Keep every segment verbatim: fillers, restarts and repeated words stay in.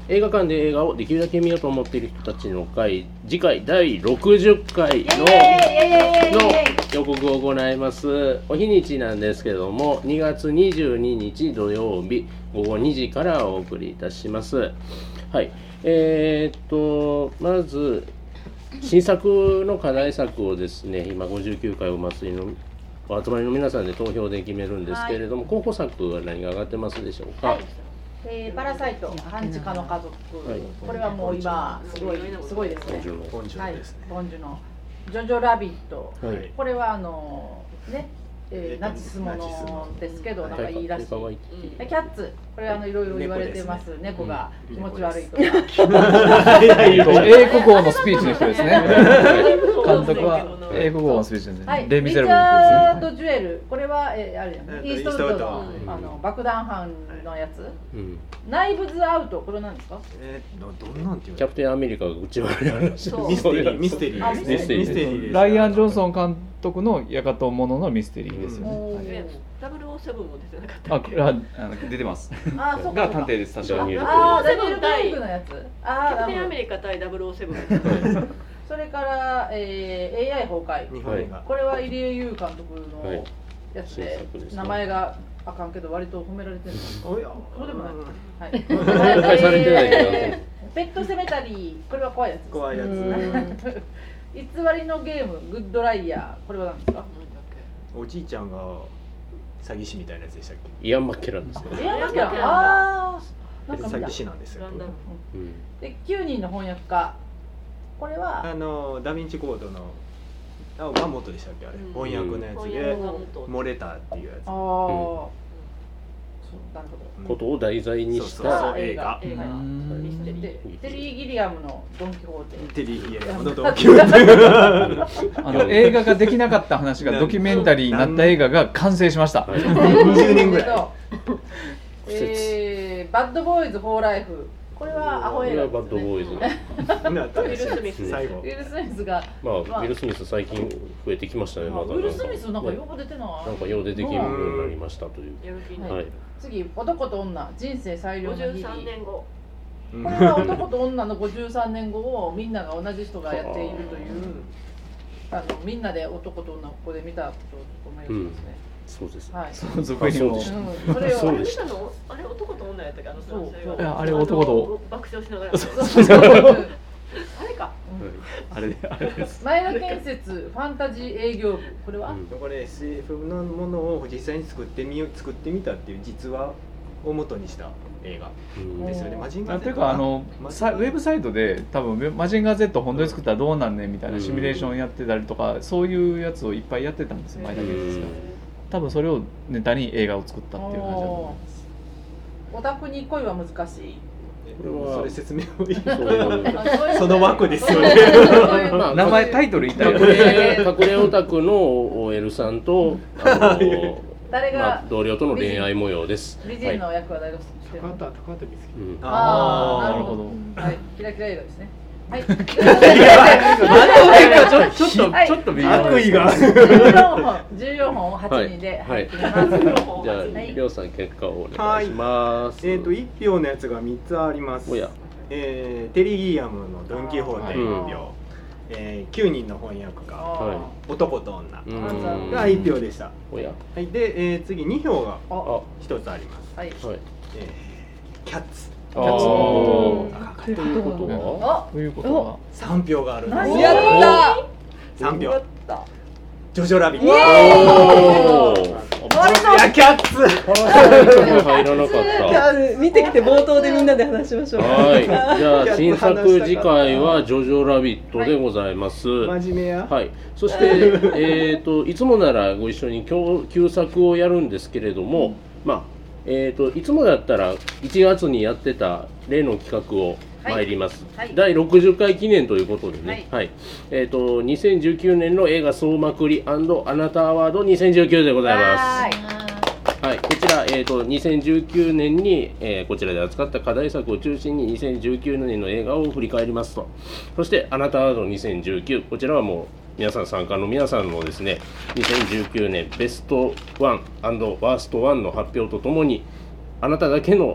映画館で映画をできるだけ見ようと思っている人たちの会、次回だいろくじゅっかいのの予告を行います。お日にちなんですけども、にがつにじゅうににち土曜日ごごにじからお送りいたします。はい、えー、っとまず新作の課題作をですね、今ごじゅうきゅうかいお祭りのお集まりの皆さんで投票で決めるんですけれども、はい、候補作は何が上がってますでしょうか。はい、 えー、パラサイト、半地下の家族、はい、これはもう今すごいすごいですね。 ボンジュのですね。 ボンジュのジョジョラビット、 はい、 これはあのね、えー、ナチスものですけど、なんかいいらしい。キャッツ、これはあのいろいろ言われてます。猫が気持ち悪いとか。 英国王のスピーチの人ですね。監督は英国王のスピーチですね。レ・ミゼラブルの人ですね。リチャード・ジュエル、これはえあれじゃない。イーストウッドのあの爆弾犯のやつ。ナイブズ・アウト、これなんですか？ えー、どんなんていうの？ キャプテンアメリカが内輪にある。ミステリー、ミステリーですね。ミステリー。 ライアン・ジョンソン監督の館もののミステリーですよね。 ダブルオーセブンも出てなかったっけ？ あ、あの出てます。 あ、そうか。 が探偵です。確かに。 ああ、ダブル対のやつ。 ああ、キャプテンアメリカ対ダブルオーセブン。 それから、えー、エーアイ 崩壊。 日本映画。 これは入江優監督のやつで、名前があかんけど割と褒められてるんです。そうでもない。はい。 公開されてないけど。 ペットセメタリー、これは怖いやつです。 怖いやつ。 偽りのゲーム、グッドライヤー、これは何ですか？ おじいちゃんが詐欺師みたいなやつでしたっけ？ イアン・マッケランですね。 イアン・マッケラン。ああ、 なんか詐欺師なんですよ。 で、きゅうにんの翻訳家。これはあのダヴィンチコードのあガンモットでしたっけあれ、うん、翻訳のやつで漏れたっていうやつ。ああ、うん、 そうなるほど。 ことを題材にした映画。 映画。ミステリー。テリー・ギリアムのドンキホーテ。 テリー・ギリアムのドンキホーテ。あの映画ができなかった話がドキュメンタリーになった映画が完成しました。 にじゅうねんぐらい。 えー、バッドボーイズ・フォー・ライフ。これはアホ映画ですね。 バッドボーイズ。 ウィル・スミス最後。ウィル・スミスが、 まあウィル・スミス最近増えてきましたね。まだウィル・スミスなんかよく出てない。 なんかよう出てきるようになりましたという。 はい。次、男と女、人生最良の日々。 ごじゅうさんねんご。 これは男と女のごじゅうさんねんごをみんなが同じ人がやっているという、あのみんなで男と女をここで見たことを思い出しますね。 そうです。 はい。 そう俗にも。 それをそうでしたの？あれ男と女やったっけ？あのそう。 いやあれ男と爆笑しながら。あれか。 あれあれです。 前田建設ファンタジー営業部、これは？ これ エスエフ のものを実際に作ってみよ作ってみたっていう実話を元にした映画ですよね。マジンガー Z。 というかあのウェブサイトで多分マジンガー Z 本当に作ったらどうなんねんみたいなシミュレーションやってたりとか、そういうやつをいっぱいやってたんですよ前田建設が。多分それをネタに映画を作ったっていう感じだと思います。 オタクに恋は難しい。 これはそれ説明をいいその枠ですよね。 名前タイトル言ったら隠れ隠れオタクの オーエル さんとあの誰が、 まあ、同僚との恋愛模様です。 美人の役は誰がしてるの？ 高畑高畑充希。 ああ、なるほど。はい、キラキラ映画ですね。はい。 ちょっとちょっと微妙。 悪意が。 じゅうよんほん、じゅうよんほんをはちにんで入っています。 じゃありょうさん結果をお願いします。 えっといち票のやつがみっつあります。 おや。 えー、テリー・ギリアムのドンキホーテいち票。えー、きゅうにんの翻訳家、はい、男と女がいち票でした。 おや。 はい、で、えー、次に票がひとつあります。 はい。 えー、キャッツ。 キャッツのということはということはさん票があるんです。 やったさん票。 やったジョジョラビット。 おー。 いやキャッツ。 入らなかった。 見てきて冒頭でみんなで話しましょう。 はい。じゃあ新作次回はジョジョラビットでございます。 真面目や。 はい。そしてえっといつもならご一緒に旧作をやるんですけれども、まあえっといつもだったらいちがつにやってた例の企画を参ります、はいはい、だいろくじゅっかい記念ということでね、はいはい、えーとにせんじゅうきゅうねんの映画総まくり&あなたアワードにせんじゅうきゅうでございます。はい、こちら、えーとにせんじゅうきゅうねんに、えー、こちらで扱った課題作を中心ににせんじゅうきゅうねんの映画を振り返りますと、そしてあなたアワードにせんじゅうきゅう、こちらはもう皆さん参加の皆さんのですねにせんじゅうきゅうねんベストワン&ワーストワンの発表とともにあなただけの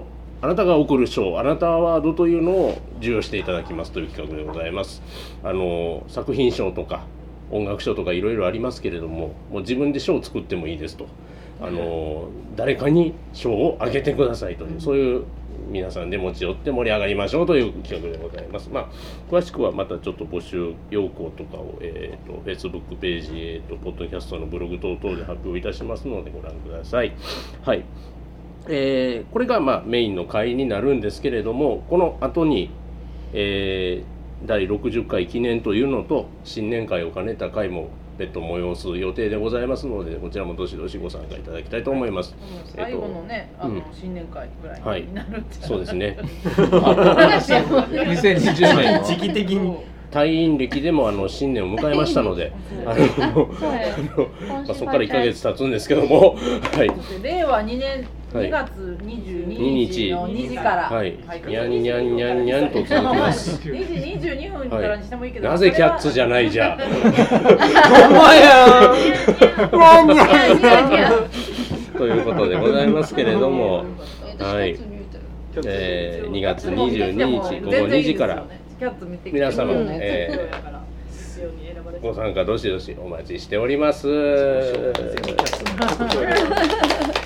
あなたが送る賞、あなたワードというのを授与していただきますという企画でございます。あの作品賞とか音楽賞とかいろいろありますけれども、もう自分で賞を作ってもいいですと、あの誰かに賞をあげてくださいという、そういう皆さんで持ち寄って盛り上がりましょうという企画でございます。まあ、詳しくはまたちょっと募集要項とかを、えー、と Facebook ページ、えー、とポッドキャストのブログ等々で発表いたしますのでご覧ください。はい、えー、これがまあメインの会になるんですけれども、この後に、えー、だいろくじゅっかい記念というのと新年会を兼ねた会も別途催す予定でございますので、こちらもどしどしご参加いただきたいと思います。 最後のね、えっと、あの、うん、新年会ぐらいになるって、はい、 そうですね。 にせんにじゅうねん時期的に退院歴でもあの新年を迎えましたので、あのまあそこからいっかげつ経つんですけども、はい。 れいわにねんにがつにじゅうににちのにじから、 はい、にゃんにゃんにゃんにゃんと続きます。 にじにじゅうにふんからにしてもいいけど、 なぜキャッツじゃないじゃ。 ほんまや。にゃんにゃんにゃん。 ということでございますけれども、はい。えー、にがつにじゅうににちごごにじから皆様、えー、ご参加どしどしお待ちしております。